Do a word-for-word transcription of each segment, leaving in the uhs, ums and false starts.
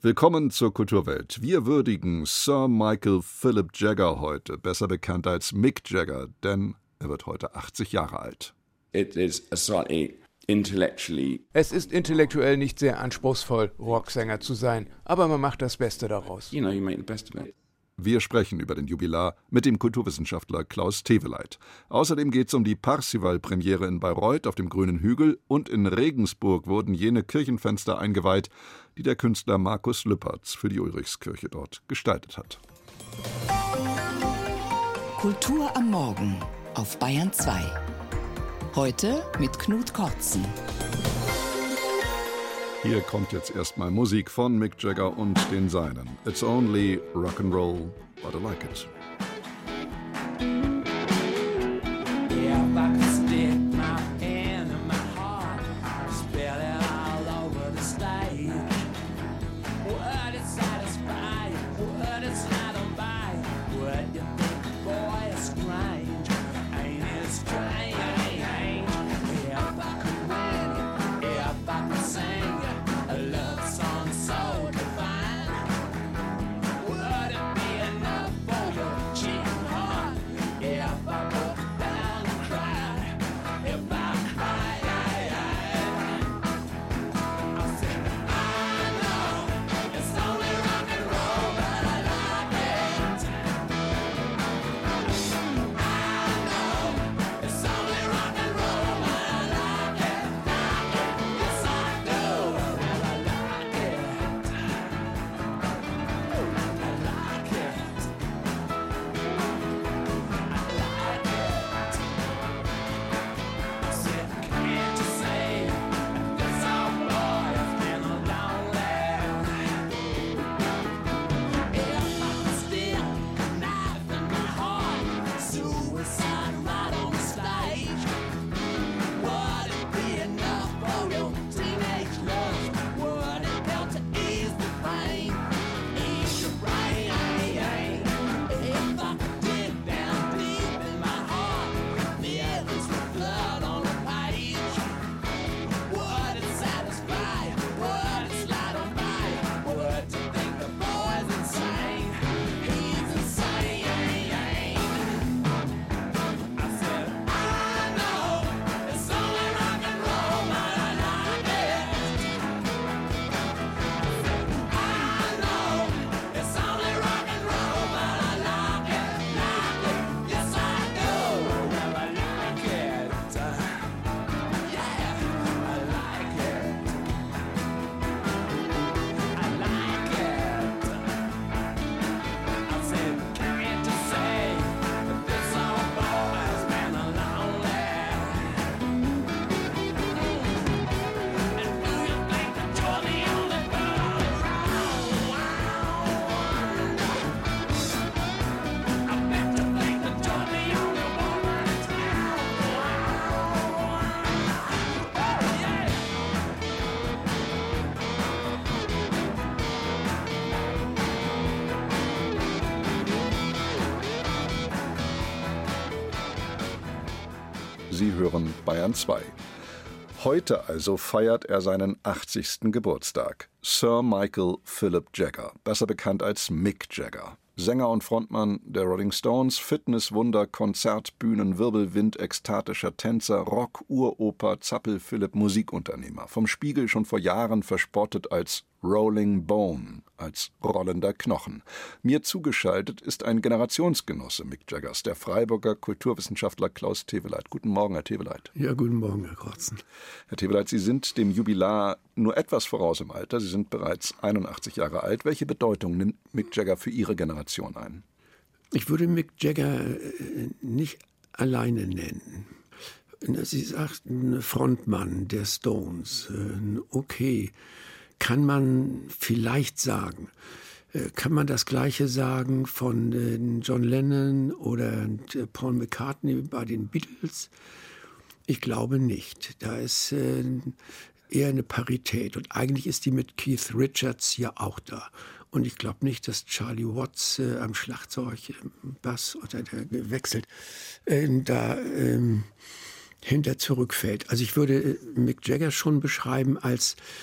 Willkommen zur Kulturwelt. Wir würdigen Sir Michael Philip Jagger heute, besser bekannt als Mick Jagger, denn er wird heute achtzig Jahre alt. It is a slightly intellectually. Es ist intellektuell nicht sehr anspruchsvoll, Rocksänger zu sein, aber man macht das Beste daraus. You know, you make the best of it. Wir sprechen über den Jubilar mit dem Kulturwissenschaftler Klaus Teweleit. Außerdem geht es um die Parsival-Premiere in Bayreuth auf dem Grünen Hügel und in Regensburg wurden jene Kirchenfenster eingeweiht, die der Künstler Markus Lüpertz für die Ulrichskirche dort gestaltet hat. Kultur am Morgen auf Bayern zwei. Heute mit Knut Kortzen. Hier kommt jetzt erstmal Musik von Mick Jagger und den Seinen. It's only rock'n'roll, but I like it. Yeah, if I could stick my hand in my heart, spell it all over the stage. Would it satisfy? Would it slide on by? Would you think, boy, it's strange? Ain't it strange? If I could win, if I could sing a love song so divine, would it be enough for your cheating heart? If I broke down and cried, if I cried, I said, I know it's only rock and roll, but I like it. I know it's only rock and roll, but I like it, like it. Yes, I do. Well, I like it. I like it. I said, can't you see this old boy has been a lonely? If I could stick a knife in my heart, suicide right on the stage, would it be enough for your teenage love? Would it help to ease the pain, ease your brain? If I could dig down deep in my heart, feel this blood on the page, would it satisfy? Would it slide on by? Would you think the boy's insane? He's insane. I said, I know it's only rock and roll, but I like it. I know it's only rock and roll, but I like it, like it. Yes, I do. Well, I like it. Yeah, I like it. I like it. I said, can't you say that this old boy has been a lonely? And do you think that you're the only girl around? I bet you think that you're the only woman in town. Yeah. Sie hören Bayern zwei. Heute also feiert er seinen achtzigsten Geburtstag. Sir Michael Philip Jagger, besser bekannt als Mick Jagger. Sänger und Frontmann der Rolling Stones, Fitnesswunder, Konzertbühnen, Wirbelwind, ekstatischer Tänzer, Rock, Uroper, Zappel-Philipp, Musikunternehmer. Vom Spiegel schon vor Jahren verspottet als Rolling Bone, als rollender Knochen. Mir zugeschaltet ist ein Generationsgenosse Mick Jaggers, der Freiburger Kulturwissenschaftler Klaus Teweleit. Guten Morgen, Herr Teweleit. Ja, guten Morgen, Herr Kortzen. Herr Teweleit, Sie sind dem Jubilar nur etwas voraus im Alter. Sie sind bereits einundachtzig Jahre alt. Welche Bedeutung nimmt Mick Jagger für Ihre Generation ein? Ich würde Mick Jagger nicht alleine nennen. Sie sagt, ein Frontmann der Stones. Okay, kann man vielleicht sagen. Kann man das Gleiche sagen von John Lennon oder Paul McCartney bei den Beatles? Ich glaube nicht. Da ist eher eine Parität. Und eigentlich ist die mit Keith Richards ja auch da. Und ich glaube nicht, dass Charlie Watts äh, am Schlagzeug, äh, Bass oder der gewechselt, äh, da äh, hinter zurückfällt. Also ich würde Mick Jagger schon beschreiben als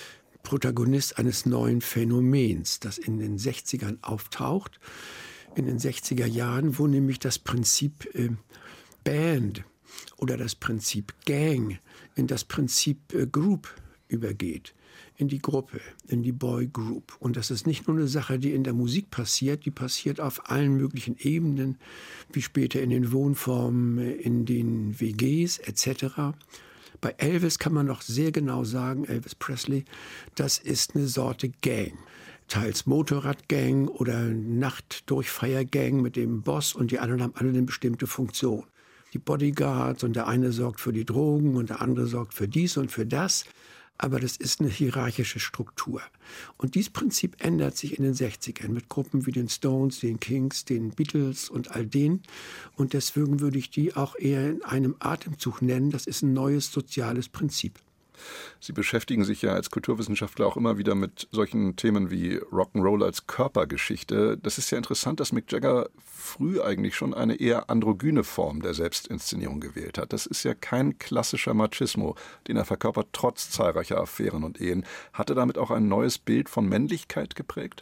Protagonist eines neuen Phänomens, das in den sechzigern auftaucht, in den sechziger Jahren, wo nämlich das Prinzip äh, Band oder das Prinzip Gang in das Prinzip äh, Group übergeht, in die Gruppe, in die Boy Group. Und das ist nicht nur eine Sache, die in der Musik passiert, die passiert auf allen möglichen Ebenen, wie später in den Wohnformen, in den W Gs et cetera. Bei Elvis kann man noch sehr genau sagen, Elvis Presley, das ist eine Sorte Gang. Teils Motorradgang oder Nachtdurchfeiergang mit dem Boss und die anderen haben alle eine bestimmte Funktion. Die Bodyguards und der eine sorgt für die Drogen und der andere sorgt für dies und für das. Aber das ist eine hierarchische Struktur. Und dieses Prinzip ändert sich in den sechzigern mit Gruppen wie den Stones, den Kings, den Beatles und all denen. Und deswegen würde ich die auch eher in einem Atemzug nennen. Das ist ein neues soziales Prinzip. Sie beschäftigen sich ja als Kulturwissenschaftler auch immer wieder mit solchen Themen wie Rock'n'Roll als Körpergeschichte. Das ist ja interessant, dass Mick Jagger früh eigentlich schon eine eher androgyne Form der Selbstinszenierung gewählt hat. Das ist ja kein klassischer Machismo, den er verkörpert, trotz zahlreicher Affären und Ehen. Hat er damit auch ein neues Bild von Männlichkeit geprägt?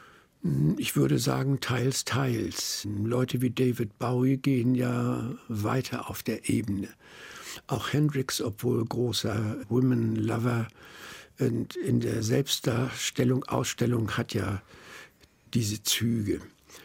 Ich würde sagen, teils, teils. Leute wie David Bowie gehen ja weiter auf der Ebene. Auch Hendrix, obwohl großer Women-Lover, und in der Selbstdarstellung, Ausstellung hat ja diese Züge.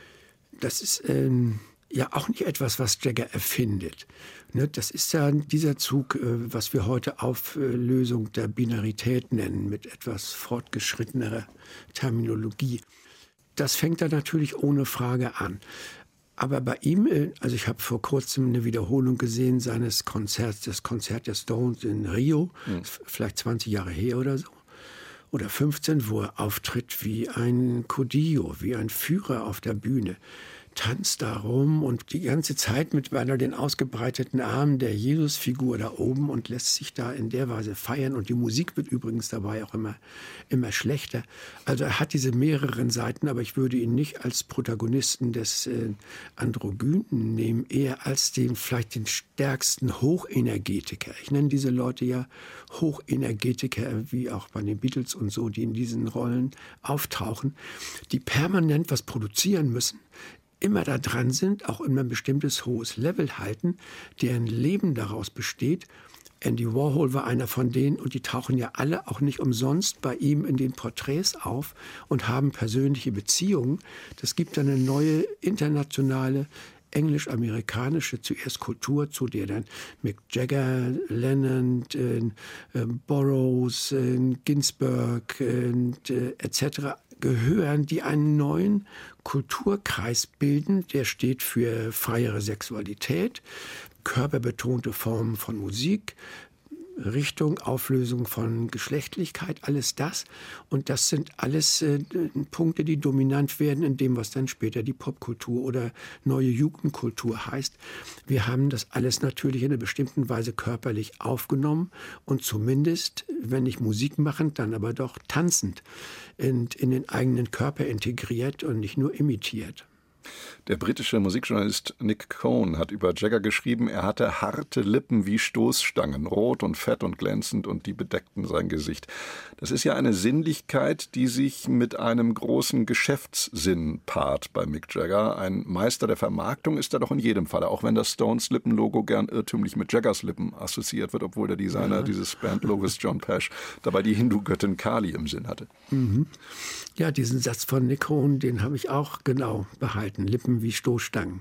Das ist ähm, ja auch nicht etwas, was Jagger erfindet. Ne, das ist ja dieser Zug, äh, was wir heute Auflösung der Binarität nennen, mit etwas fortgeschrittener Terminologie. Das fängt da natürlich ohne Frage an. Aber bei ihm, also ich habe vor kurzem eine Wiederholung gesehen seines Konzerts, das Konzert der Stones in Rio, mhm. vielleicht zwanzig Jahre her oder so, oder fünfzehn, wo er auftritt wie ein Codillo, wie ein Führer auf der Bühne. Tanzt da rum und die ganze Zeit mit einer den ausgebreiteten Armen der Jesusfigur da oben und lässt sich da in der Weise feiern. Und die Musik wird übrigens dabei auch immer, immer schlechter. Also er hat diese mehreren Seiten, aber ich würde ihn nicht als Protagonisten des äh, Androgynen nehmen, eher als den vielleicht den stärksten Hochenergetiker. Ich nenne diese Leute ja Hochenergetiker, wie auch bei den Beatles und so, die in diesen Rollen auftauchen, die permanent was produzieren müssen, immer da dran sind, auch immer ein bestimmtes hohes Level halten, deren Leben daraus besteht. Andy Warhol war einer von denen und die tauchen ja alle auch nicht umsonst bei ihm in den Porträts auf und haben persönliche Beziehungen. Das gibt dann eine neue internationale englisch-amerikanische zuerst Kultur, zu der dann Mick Jagger, Lennon, äh, äh, Burroughs, äh, Ginsberg äh, et cetera gehören, die einen neuen Kulturkreis bilden, der steht für freiere Sexualität, körperbetonte Formen von Musik, Richtung, Auflösung von Geschlechtlichkeit, alles das. Und das sind alles äh, Punkte, die dominant werden in dem, was dann später die Popkultur oder neue Jugendkultur heißt. Wir haben das alles natürlich in einer bestimmten Weise körperlich aufgenommen und zumindest, wenn nicht Musik machend, dann aber doch tanzend in, in den eigenen Körper integriert und nicht nur imitiert. Der britische Musikjournalist Nick Cohn hat über Jagger geschrieben, er hatte harte Lippen wie Stoßstangen, rot und fett und glänzend, und die bedeckten sein Gesicht. Das ist ja eine Sinnlichkeit, die sich mit einem großen Geschäftssinn paart bei Mick Jagger. Ein Meister der Vermarktung ist er doch in jedem Falle, auch wenn das Stones-Lippenlogo gern irrtümlich mit Jaggers Lippen assoziiert wird, obwohl der Designer ja. dieses Bandlogos John Pesh dabei die Hindu-Göttin Kali im Sinn hatte. Mhm. Ja, diesen Satz von Nick Cohn, den habe ich auch genau behalten. Lippen wie Stoßstangen.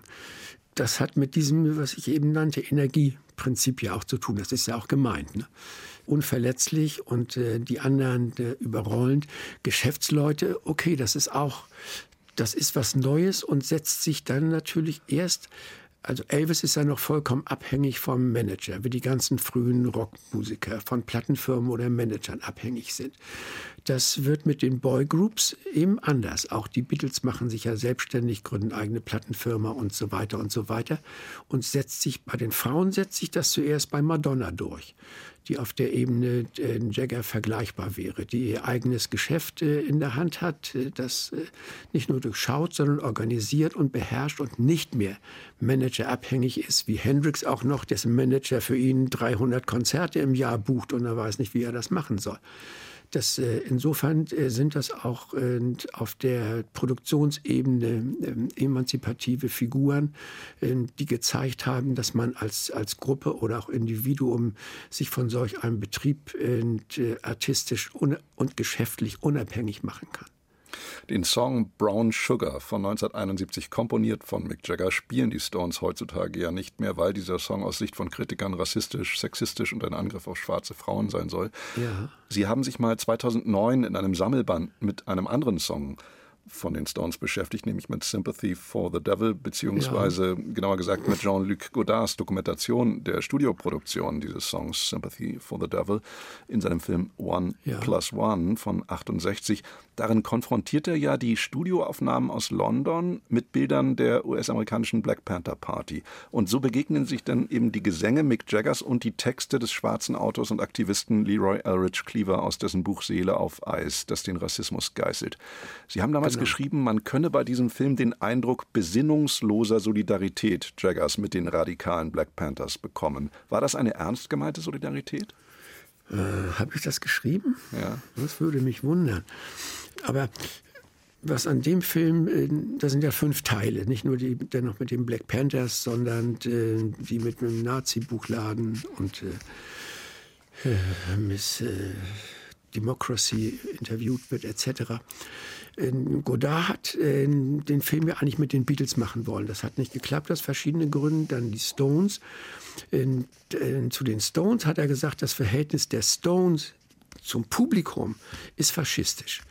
Das hat mit diesem, was ich eben nannte, Energieprinzip ja auch zu tun. Das ist ja auch gemeint. Ne? Unverletzlich und äh, die anderen äh, überrollend. Geschäftsleute, okay, das ist auch, das ist was Neues und setzt sich dann natürlich erst. Also Elvis ist ja noch vollkommen abhängig vom Manager, wie die ganzen frühen Rockmusiker von Plattenfirmen oder Managern abhängig sind. Das wird mit den Boygroups eben anders. Auch die Beatles machen sich ja selbstständig, gründen eigene Plattenfirma und so weiter und so weiter. Und setzt sich, bei den Frauen setzt sich das zuerst bei Madonna durch, die auf der Ebene äh, Jagger vergleichbar wäre, die ihr eigenes Geschäft äh, in der Hand hat, äh, das äh, nicht nur durchschaut, sondern organisiert und beherrscht und nicht mehr managerabhängig ist, wie Hendrix auch noch, dessen Manager für ihn dreihundert Konzerte im Jahr bucht und er weiß nicht, wie er das machen soll. Das, äh, insofern äh, sind das auch äh, auf der Produktionsebene äh, emanzipative Figuren, äh, die gezeigt haben, dass man als, als Gruppe oder auch Individuum sich von solch einem Betrieb äh, artistisch un- und geschäftlich unabhängig machen kann. Den Song Brown Sugar von neunzehnhunderteinundsiebzig, komponiert von Mick Jagger, spielen die Stones heutzutage ja nicht mehr, weil dieser Song aus Sicht von Kritikern rassistisch, sexistisch und ein Angriff auf schwarze Frauen sein soll. Ja. Sie haben sich mal zweitausendneun in einem Sammelband mit einem anderen Song von den Stones beschäftigt, nämlich mit Sympathy for the Devil, beziehungsweise ja. genauer gesagt mit Jean-Luc Godards Dokumentation der Studioproduktion dieses Songs Sympathy for the Devil in seinem Film One ja. Plus One von achtundsechzig. Darin konfrontiert er ja die Studioaufnahmen aus London mit Bildern der U S-amerikanischen Black Panther Party. Und so begegnen sich dann eben die Gesänge Mick Jaggers und die Texte des schwarzen Autors und Aktivisten Leroy Elridge Cleaver aus dessen Buch Seele auf Eis, das den Rassismus geißelt. Sie haben damals genau. geschrieben, man könne bei diesem Film den Eindruck besinnungsloser Solidarität Jaggers mit den radikalen Black Panthers bekommen. War das eine ernst gemeinte Solidarität? Äh, habe ich das geschrieben? Ja. Das würde mich wundern. Aber was an dem Film, da sind ja fünf Teile, nicht nur die dennoch mit den Black Panthers, sondern äh, die mit einem Nazi-Buchladen und äh, äh, Miss äh, Democracy interviewt wird, et cetera. Äh, Godard hat äh, den Film ja eigentlich mit den Beatles machen wollen. Das hat nicht geklappt aus verschiedenen Gründen. Dann die Stones. Äh, äh, zu den Stones hat er gesagt, das Verhältnis der Stones zum Publikum ist faschistisch.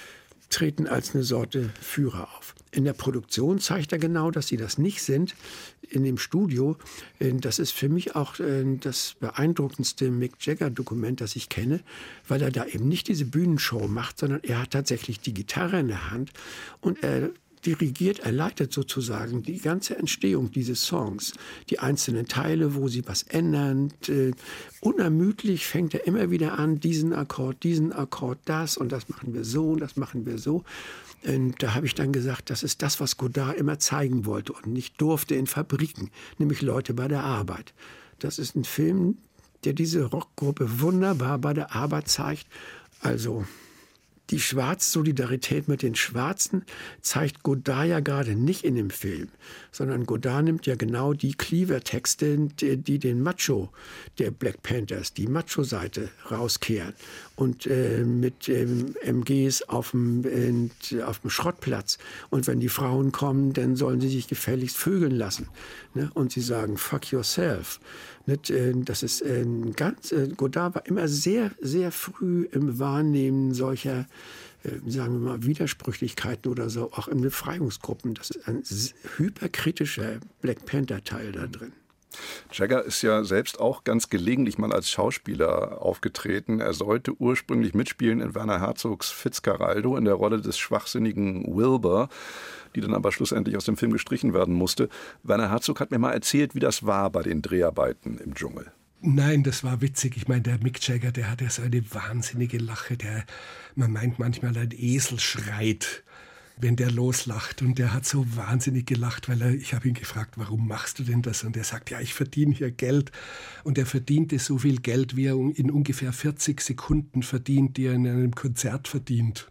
Treten als eine Sorte Führer auf. In der Produktion zeigt er genau, dass sie das nicht sind. In dem Studio, das ist für mich auch das beeindruckendste Mick Jagger-Dokument, das ich kenne, weil er da eben nicht diese Bühnenshow macht, sondern er hat tatsächlich die Gitarre in der Hand und er dirigiert, er leitet sozusagen die ganze Entstehung dieses Songs, die einzelnen Teile, wo sie was ändern. Äh, unermüdlich fängt er immer wieder an, diesen Akkord, diesen Akkord, das und das machen wir so und das machen wir so. Und da habe ich dann gesagt, das ist das, was Godard immer zeigen wollte und nicht durfte in Fabriken, nämlich Leute bei der Arbeit. Das ist ein Film, der diese Rockgruppe wunderbar bei der Arbeit zeigt. Also die Schwarz-Solidarität mit den Schwarzen zeigt Godard ja gerade nicht in dem Film, sondern Godard nimmt ja genau die Cleaver-Texte, die, die den Macho der Black Panthers, die Macho-Seite rauskehren und äh, mit ähm, M Gs auf dem, äh, auf dem Schrottplatz. Und wenn die Frauen kommen, dann sollen sie sich gefälligst vögeln lassen. Ne? Und sie sagen, fuck yourself. Nicht, äh, das ist äh, ganz, äh, Godard war immer sehr, sehr früh im Wahrnehmen solcher, äh, sagen wir mal, Widersprüchlichkeiten oder so, auch in Befreiungsgruppen. Das ist ein hyperkritischer Black Panther-Teil da drin. Jagger ist ja selbst auch ganz gelegentlich mal als Schauspieler aufgetreten. Er sollte ursprünglich mitspielen in Werner Herzogs Fitzcarraldo in der Rolle des schwachsinnigen Wilbur, die dann aber schlussendlich aus dem Film gestrichen werden musste. Werner Herzog hat mir mal erzählt, wie das war bei den Dreharbeiten im Dschungel. Nein, das war witzig. Ich meine, der Mick Jagger, der hat ja so eine wahnsinnige Lache. Der, man meint manchmal, ein Esel schreit, wenn der loslacht. Und der hat so wahnsinnig gelacht, weil er, ich habe ihn gefragt, warum machst du denn das? Und er sagt, ja, ich verdiene hier Geld. Und er verdiente so viel Geld, wie er in ungefähr vierzig Sekunden verdient, die er in einem Konzert verdient.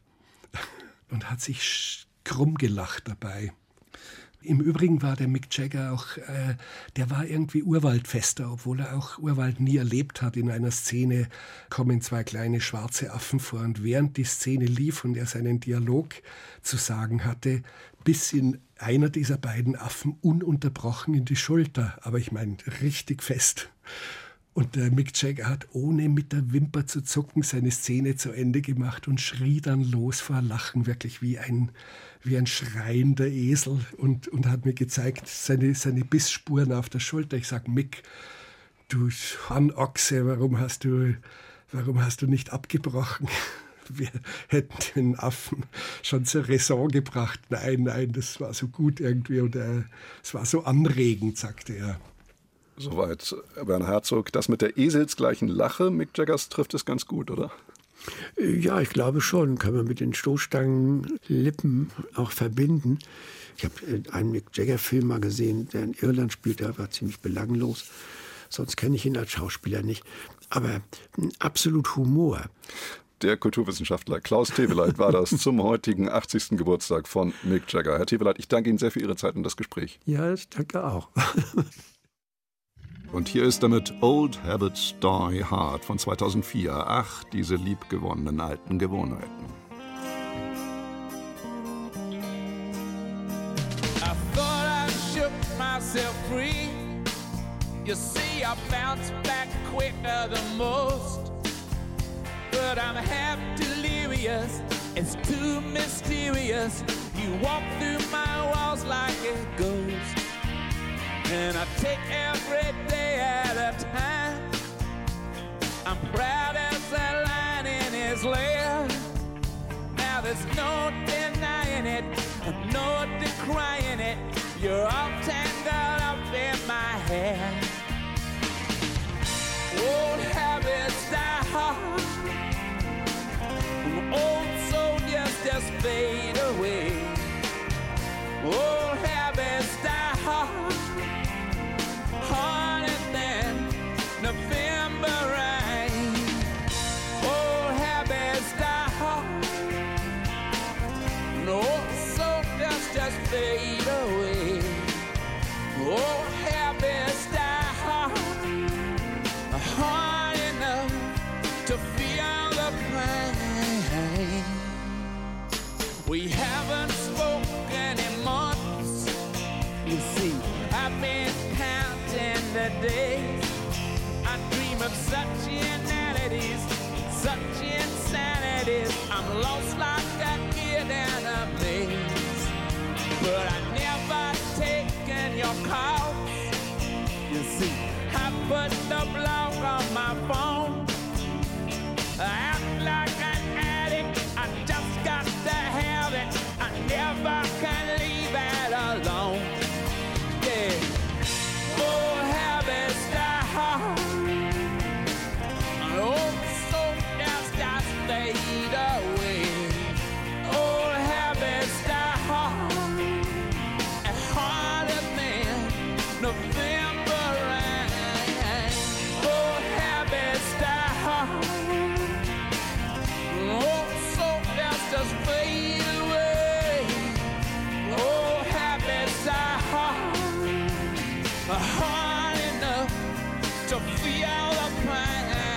Und hat sich krumm gelacht dabei. Im Übrigen war der Mick Jagger auch, äh, der war irgendwie urwaldfester, obwohl er auch Urwald nie erlebt hat. In einer Szene kommen zwei kleine schwarze Affen vor und während die Szene lief und er seinen Dialog zu sagen hatte, biss ihn einer dieser beiden Affen ununterbrochen in die Schulter, aber ich meine richtig fest. Und der Mick Jagger hat, ohne mit der Wimper zu zucken, seine Szene zu Ende gemacht und schrie dann los vor Lachen, wirklich wie ein, wie ein schreiender Esel und, und hat mir gezeigt, seine, seine Bissspuren auf der Schulter. Ich sage, Mick, du Hornochse, warum hast du, warum hast du nicht abgebrochen? Wir hätten den Affen schon zur Raison gebracht. Nein, nein, das war so gut irgendwie und äh, es war so anregend, sagte er. Soweit Werner Herzog. Das mit der eselsgleichen Lache, Mick Jaggers, trifft es ganz gut, oder? Ja, ich glaube schon. Kann man mit den Stoßstangenlippen auch verbinden. Ich habe einen Mick Jagger-Film mal gesehen, der in Irland spielt, der war ziemlich belanglos. Sonst kenne ich ihn als Schauspieler nicht. Aber absolut Humor. Der Kulturwissenschaftler Klaus Teweleit war das zum heutigen achtzigsten Geburtstag von Mick Jagger. Herr Teweleit, ich danke Ihnen sehr für Ihre Zeit und das Gespräch. Ja, ich danke auch. Und hier ist damit Old Habits Die Hard von zweitausendvier. Ach, diese liebgewonnenen alten Gewohnheiten. I thought I shook myself free. You see, I bounce back quicker than most. But I'm half delirious, it's too mysterious. You walk through my walls like a ghost. And I take every day at a time. I'm proud as a lion in his lair. Now there's no denying it, no decrying it. You're all tangled up in my hair. Old habits die hard. Old soldiers just fade away. Old habits die hard. Harder than November rain. Old habits die hard. No soldiers just fade away. Old habits die hard. Hard enough to feel the pain. We haven't spoken in months. You see, I've been counting the days. I dream of such inanities, such insanities. I'm lost like a kid in a maze. But I never taken your calls. You see, I put the block on my phone. I act like an addict, I just got to have it. I never can leave it alone. Yeah. Old habits die hard. Old soldiers just fade away. Old habits die hard. And harder than November rain. Old habits die hard. Old soldiers just fade away. Old habits die hard. Hard enough to feel the pain.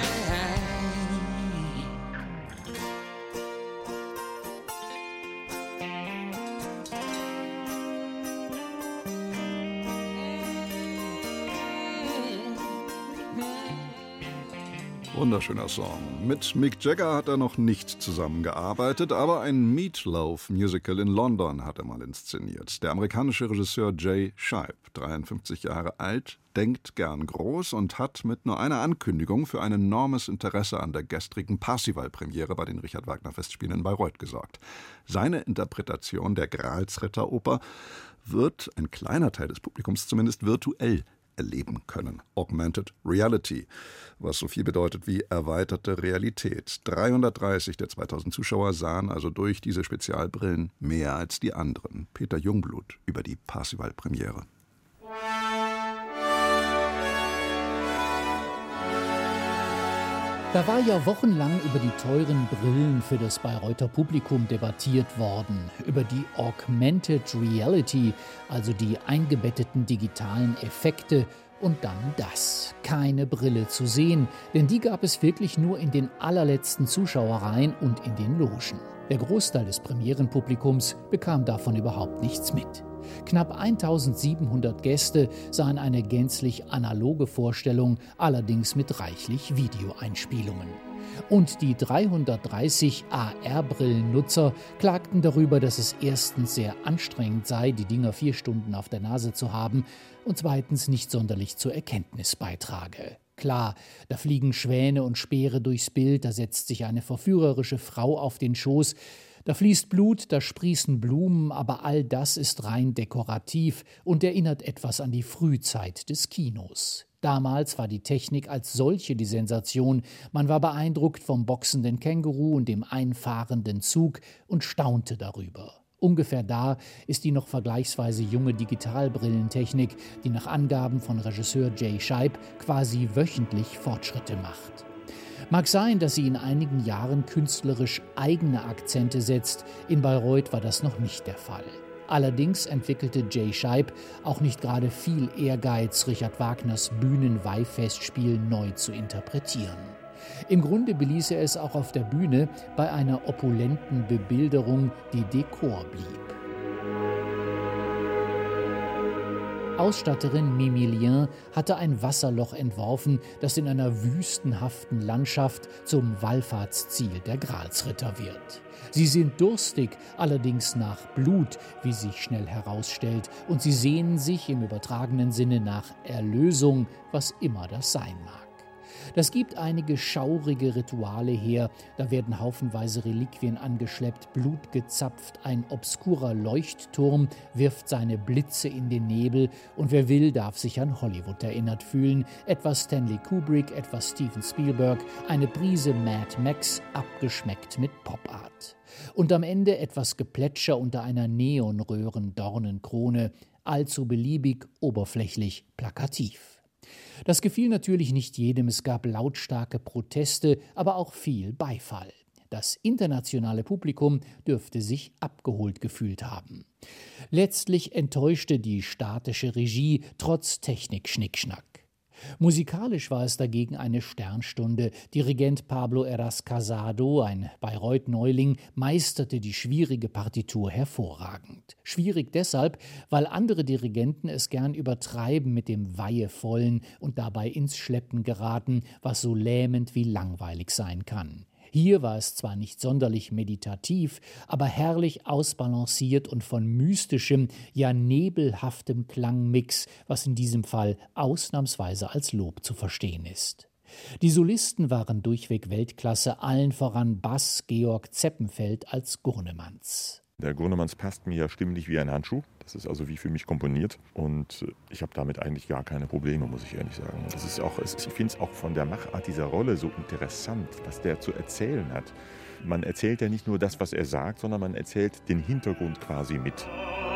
Wunderschöner Song. Mit Mick Jagger hat er noch nicht zusammengearbeitet, aber ein Meatloaf-Musical in London hat er mal inszeniert. Der amerikanische Regisseur Jay Scheib, dreiundfünfzig Jahre alt, denkt gern groß und hat mit nur einer Ankündigung für ein enormes Interesse an der gestrigen Parsival-Premiere bei den Richard-Wagner-Festspielen in Bayreuth gesorgt. Seine Interpretation der Gralsritter-Oper wird ein kleiner Teil des Publikums zumindest virtuell erleben können. Augmented Reality, was so viel bedeutet wie erweiterte Realität. dreihundertdreißig der zweitausend Zuschauer sahen also durch diese Spezialbrillen mehr als die anderen. Peter Jungblut über die Parsival-Premiere. Da war ja wochenlang über die teuren Brillen für das Bayreuther Publikum debattiert worden, über die Augmented Reality, also die eingebetteten digitalen Effekte, und dann das. Keine Brille zu sehen, denn die gab es wirklich nur in den allerletzten Zuschauerreihen und in den Logen. Der Großteil des Premierenpublikums bekam davon überhaupt nichts mit. Knapp eintausendsiebenhundert Gäste sahen eine gänzlich analoge Vorstellung, allerdings mit reichlich Videoeinspielungen. Und die dreihundertdreißig A R-Brillennutzer klagten darüber, dass es erstens sehr anstrengend sei, die Dinger vier Stunden auf der Nase zu haben und zweitens nicht sonderlich zur Erkenntnis beitrage. Klar, da fliegen Schwäne und Speere durchs Bild, da setzt sich eine verführerische Frau auf den Schoß, da fließt Blut, da sprießen Blumen, aber all das ist rein dekorativ und erinnert etwas an die Frühzeit des Kinos. Damals war die Technik als solche die Sensation. Man war beeindruckt vom boxenden Känguru und dem einfahrenden Zug und staunte darüber. Ungefähr da ist die noch vergleichsweise junge Digitalbrillentechnik, die nach Angaben von Regisseur Jay Scheib quasi wöchentlich Fortschritte macht. Mag sein, dass sie in einigen Jahren künstlerisch eigene Akzente setzt. In Bayreuth war das noch nicht der Fall. Allerdings entwickelte Jay Scheib auch nicht gerade viel Ehrgeiz, Richard Wagners Bühnenweihfestspiel neu zu interpretieren. Im Grunde beließ er es auch auf der Bühne bei einer opulenten Bebilderung, die Dekor blieb. Ausstatterin Mimi Lien hatte ein Wasserloch entworfen, das in einer wüstenhaften Landschaft zum Wallfahrtsziel der Gralsritter wird. Sie sind durstig, allerdings nach Blut, wie sich schnell herausstellt, und sie sehnen sich im übertragenen Sinne nach Erlösung, was immer das sein mag. Das gibt einige schaurige Rituale her, da werden haufenweise Reliquien angeschleppt, Blut gezapft, ein obskurer Leuchtturm wirft seine Blitze in den Nebel und wer will, darf sich an Hollywood erinnert fühlen. Etwas Stanley Kubrick, etwas Steven Spielberg, eine Prise Mad Max, abgeschmeckt mit Pop-Art. Und am Ende etwas Geplätscher unter einer Neonröhren-Dornenkrone, allzu beliebig, oberflächlich, plakativ. Das gefiel natürlich nicht jedem, es gab lautstarke Proteste, aber auch viel Beifall. Das internationale Publikum dürfte sich abgeholt gefühlt haben. Letztlich enttäuschte die statische Regie trotz Technik-Schnickschnack. Musikalisch war es dagegen eine Sternstunde. Dirigent Pablo Heras Casado, ein Bayreuth-Neuling, meisterte die schwierige Partitur hervorragend. Schwierig deshalb, weil andere Dirigenten es gern übertreiben mit dem Weihevollen und dabei ins Schleppen geraten, was so lähmend wie langweilig sein kann. Hier war es zwar nicht sonderlich meditativ, aber herrlich ausbalanciert und von mystischem, ja nebelhaftem Klangmix, was in diesem Fall ausnahmsweise als Lob zu verstehen ist. Die Solisten waren durchweg Weltklasse, allen voran Bass Georg Zeppenfeld als Gurnemanz. Der Gurnemanz passt mir ja stimmlich wie ein Handschuh. Das ist also wie für mich komponiert. Und ich habe damit eigentlich gar keine Probleme, muss ich ehrlich sagen. Das ist auch, ich finde es auch von der Machart dieser Rolle so interessant, was der zu erzählen hat. Man erzählt ja nicht nur das, was er sagt, sondern man erzählt den Hintergrund quasi mit.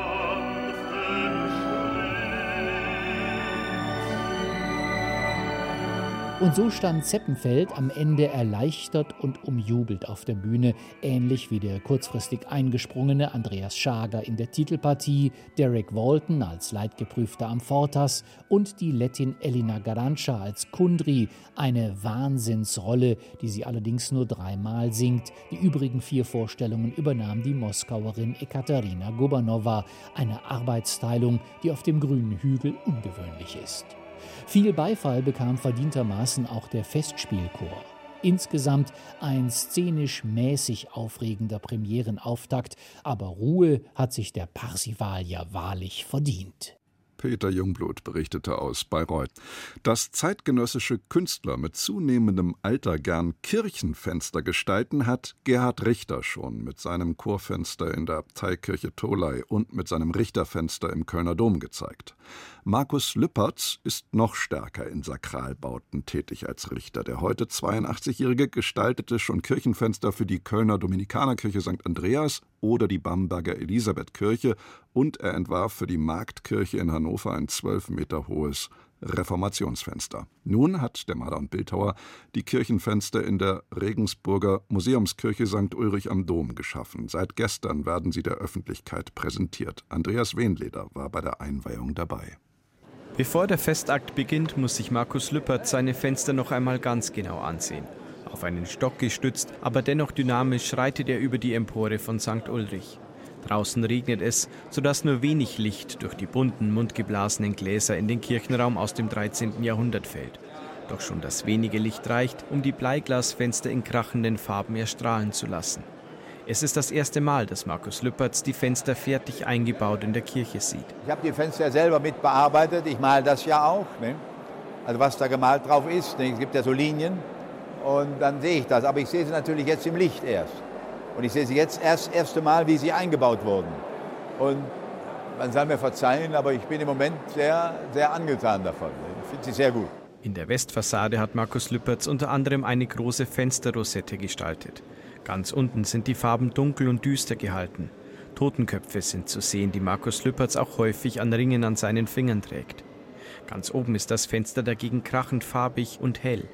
Und so stand Zeppenfeld am Ende erleichtert und umjubelt auf der Bühne, ähnlich wie der kurzfristig eingesprungene Andreas Schager in der Titelpartie, Derek Walton als Leitgeprüfter am Fortas und die Lettin Elina Garanca als Kundry, eine Wahnsinnsrolle, die sie allerdings nur dreimal singt. Die übrigen vier Vorstellungen übernahm die Moskauerin Ekaterina Gobanova, eine Arbeitsteilung, die auf dem grünen Hügel ungewöhnlich ist. Viel Beifall bekam verdientermaßen auch der Festspielchor. Insgesamt ein szenisch mäßig aufregender Premierenauftakt, aber Ruhe hat sich der Parsival ja wahrlich verdient. Peter Jungblut berichtete aus Bayreuth. Dass zeitgenössische Künstler mit zunehmendem Alter gern Kirchenfenster gestalten, hat Gerhard Richter schon mit seinem Chorfenster in der Abteikirche Tholey und mit seinem Richterfenster im Kölner Dom gezeigt. Markus Lüppertz ist noch stärker in Sakralbauten tätig als Richter. Der heute zweiundachtzigjährige gestaltete schon Kirchenfenster für die Kölner Dominikanerkirche Sankt Andreas oder die Bamberger Elisabethkirche und er entwarf für die Marktkirche in Hannover ein zwölf Meter hohes Reformationsfenster. Nun hat der Maler und Bildhauer die Kirchenfenster in der Regensburger Museumskirche Sankt Ulrich am Dom geschaffen. Seit gestern werden sie der Öffentlichkeit präsentiert. Andreas Wehnleder war bei der Einweihung dabei. Bevor der Festakt beginnt, muss sich Markus Lüppertz seine Fenster noch einmal ganz genau ansehen. Auf einen Stock gestützt, aber dennoch dynamisch schreitet er über die Empore von Sankt Ulrich. Draußen regnet es, sodass nur wenig Licht durch die bunten, mundgeblasenen Gläser in den Kirchenraum aus dem dreizehnten Jahrhundert fällt. Doch schon das wenige Licht reicht, um die Bleiglasfenster in krachenden Farben erstrahlen zu lassen. Es ist das erste Mal, dass Markus Lüppertz die Fenster fertig eingebaut in der Kirche sieht. Ich habe die Fenster selber mit bearbeitet, ich male das ja auch. Ne? Also was da gemalt drauf ist, ne? Es gibt ja so Linien und dann sehe ich das. Aber ich sehe sie natürlich jetzt im Licht erst. Und ich sehe sie jetzt erst das erste Mal, wie sie eingebaut wurden. Und man soll mir verzeihen, aber ich bin im Moment sehr, sehr angetan davon. Ich finde sie sehr gut. In der Westfassade hat Markus Lüppertz unter anderem eine große Fensterrosette gestaltet. Ganz unten sind die Farben dunkel und düster gehalten. Totenköpfe sind zu sehen, die Markus Lüppertz auch häufig an Ringen an seinen Fingern trägt. Ganz oben ist das Fenster dagegen krachend farbig und hell.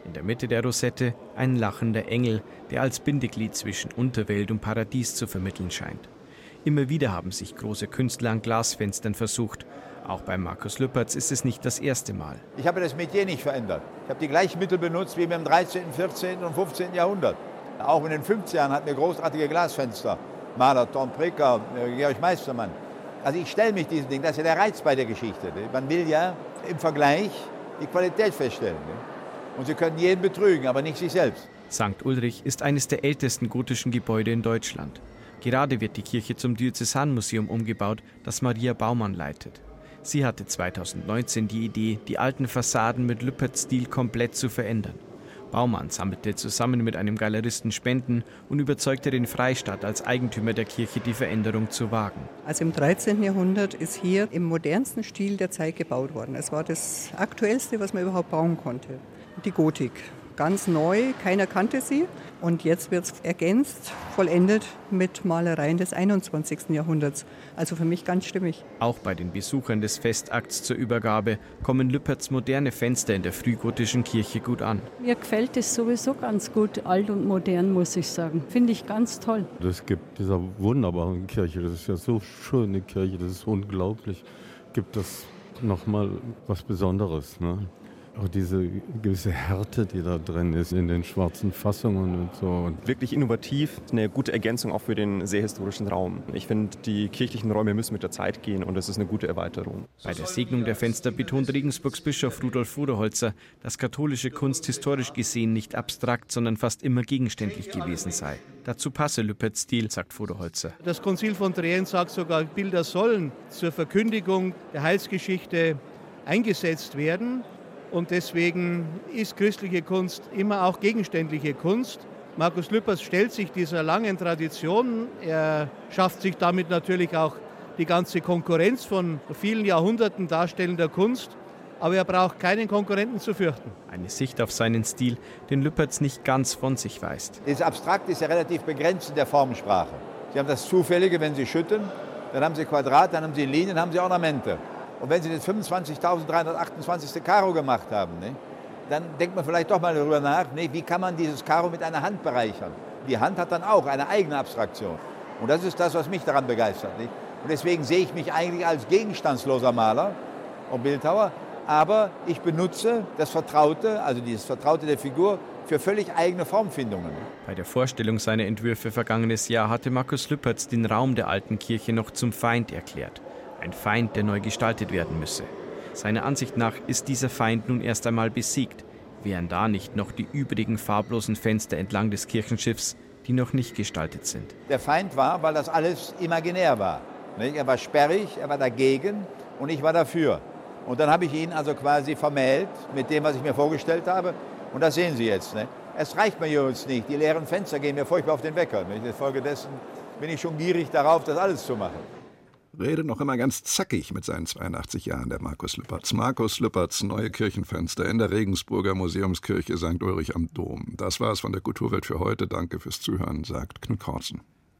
In der Mitte der Rosette ein lachender Engel, der als Bindeglied zwischen Unterwelt und Paradies zu vermitteln scheint. Immer wieder haben sich große Künstler an Glasfenstern versucht. Auch bei Markus Lüpertz ist es nicht das erste Mal. Ich habe das Metier nicht verändert. Ich habe die gleichen Mittel benutzt wie im dreizehnten, vierzehnten und fünfzehnten Jahrhundert. Auch in den fünfzigern hatten wir großartige Glasfenster. Maler Tom Pricker, Georg Meistermann. Also ich stelle mich diesen Ding, das ist ja der Reiz bei der Geschichte. Man will ja im Vergleich die Qualität feststellen. Und Sie können jeden betrügen, aber nicht sich selbst. Sankt Ulrich ist eines der ältesten gotischen Gebäude in Deutschland. Gerade wird die Kirche zum Diözesanmuseum umgebaut, das Maria Baumann leitet. Sie hatte zweitausendneunzehn die Idee, die alten Fassaden mit Lüpertz-Stil komplett zu verändern. Baumann sammelte zusammen mit einem Galeristen Spenden und überzeugte den Freistaat als Eigentümer der Kirche, die Veränderung zu wagen. Also im dreizehnten Jahrhundert ist hier im modernsten Stil der Zeit gebaut worden. Es war das Aktuellste, was man überhaupt bauen konnte. Die Gotik. Ganz neu, keiner kannte sie. Und jetzt wird es ergänzt, vollendet mit Malereien des einundzwanzigsten Jahrhunderts. Also für mich ganz stimmig. Auch bei den Besuchern des Festakts zur Übergabe kommen Lüpertz moderne Fenster in der frühgotischen Kirche gut an. Mir gefällt es sowieso ganz gut, alt und modern, muss ich sagen. Finde ich ganz toll. Das gibt dieser wunderbaren Kirche, das ist ja so schöne Kirche, das ist unglaublich, gibt das nochmal was Besonderes, ne? Auch diese gewisse Härte, die da drin ist in den schwarzen Fassungen und so. Wirklich innovativ, eine gute Ergänzung auch für den sehr historischen Raum. Ich finde, die kirchlichen Räume müssen mit der Zeit gehen und das ist eine gute Erweiterung. Bei der Segnung der Fenster betont Regensburgs Bischof Rudolf Voderholzer, dass katholische Kunst historisch gesehen nicht abstrakt, sondern fast immer gegenständlich gewesen sei. Dazu passe Lüpertz Stil, sagt Voderholzer. Das Konzil von Trient sagt sogar, Bilder sollen zur Verkündigung der Heilsgeschichte eingesetzt werden. Und deswegen ist christliche Kunst immer auch gegenständliche Kunst. Markus Lüpertz stellt sich dieser langen Tradition. Er schafft sich damit natürlich auch die ganze Konkurrenz von vielen Jahrhunderten darstellender Kunst. Aber er braucht keinen Konkurrenten zu fürchten. Eine Sicht auf seinen Stil, den Lüpertz nicht ganz von sich weist. Das Abstrakt ist ja relativ begrenzt in der Formensprache. Sie haben das Zufällige, wenn Sie schütten, dann haben Sie Quadrat, dann haben Sie Linien, dann haben Sie Ornamente. Und wenn Sie das fünfundzwanzigtausenddreihundertachtundzwanzig. Karo gemacht haben, ne, dann denkt man vielleicht doch mal darüber nach, ne, wie kann man dieses Karo mit einer Hand bereichern. Die Hand hat dann auch eine eigene Abstraktion. Und das ist das, was mich daran begeistert. Nicht? Und deswegen sehe ich mich eigentlich als gegenstandsloser Maler und Bildhauer. Aber ich benutze das Vertraute, also dieses Vertraute der Figur, für völlig eigene Formfindungen. Bei der Vorstellung seiner Entwürfe vergangenes Jahr hatte Markus Lüpertz den Raum der alten Kirche noch zum Feind erklärt. Ein Feind, der neu gestaltet werden müsse. Seiner Ansicht nach ist dieser Feind nun erst einmal besiegt. Wären da nicht noch die übrigen farblosen Fenster entlang des Kirchenschiffs, die noch nicht gestaltet sind. Der Feind war, weil das alles imaginär war. Er war sperrig, er war dagegen und ich war dafür. Und dann habe ich ihn also quasi vermählt mit dem, was ich mir vorgestellt habe. Und das sehen Sie jetzt. Es reicht mir jetzt nicht. Die leeren Fenster gehen mir furchtbar auf den Wecker. Infolgedessen bin ich schon gierig darauf, das alles zu machen. Redet noch immer ganz zackig mit seinen zweiundachtzig Jahren, der Markus Lüpertz. Markus Lüpertz, neue Kirchenfenster in der Regensburger Museumskirche Sankt Ulrich am Dom. Das war es von der Kulturwelt für heute. Danke fürs Zuhören, sagt Knut Kortzen.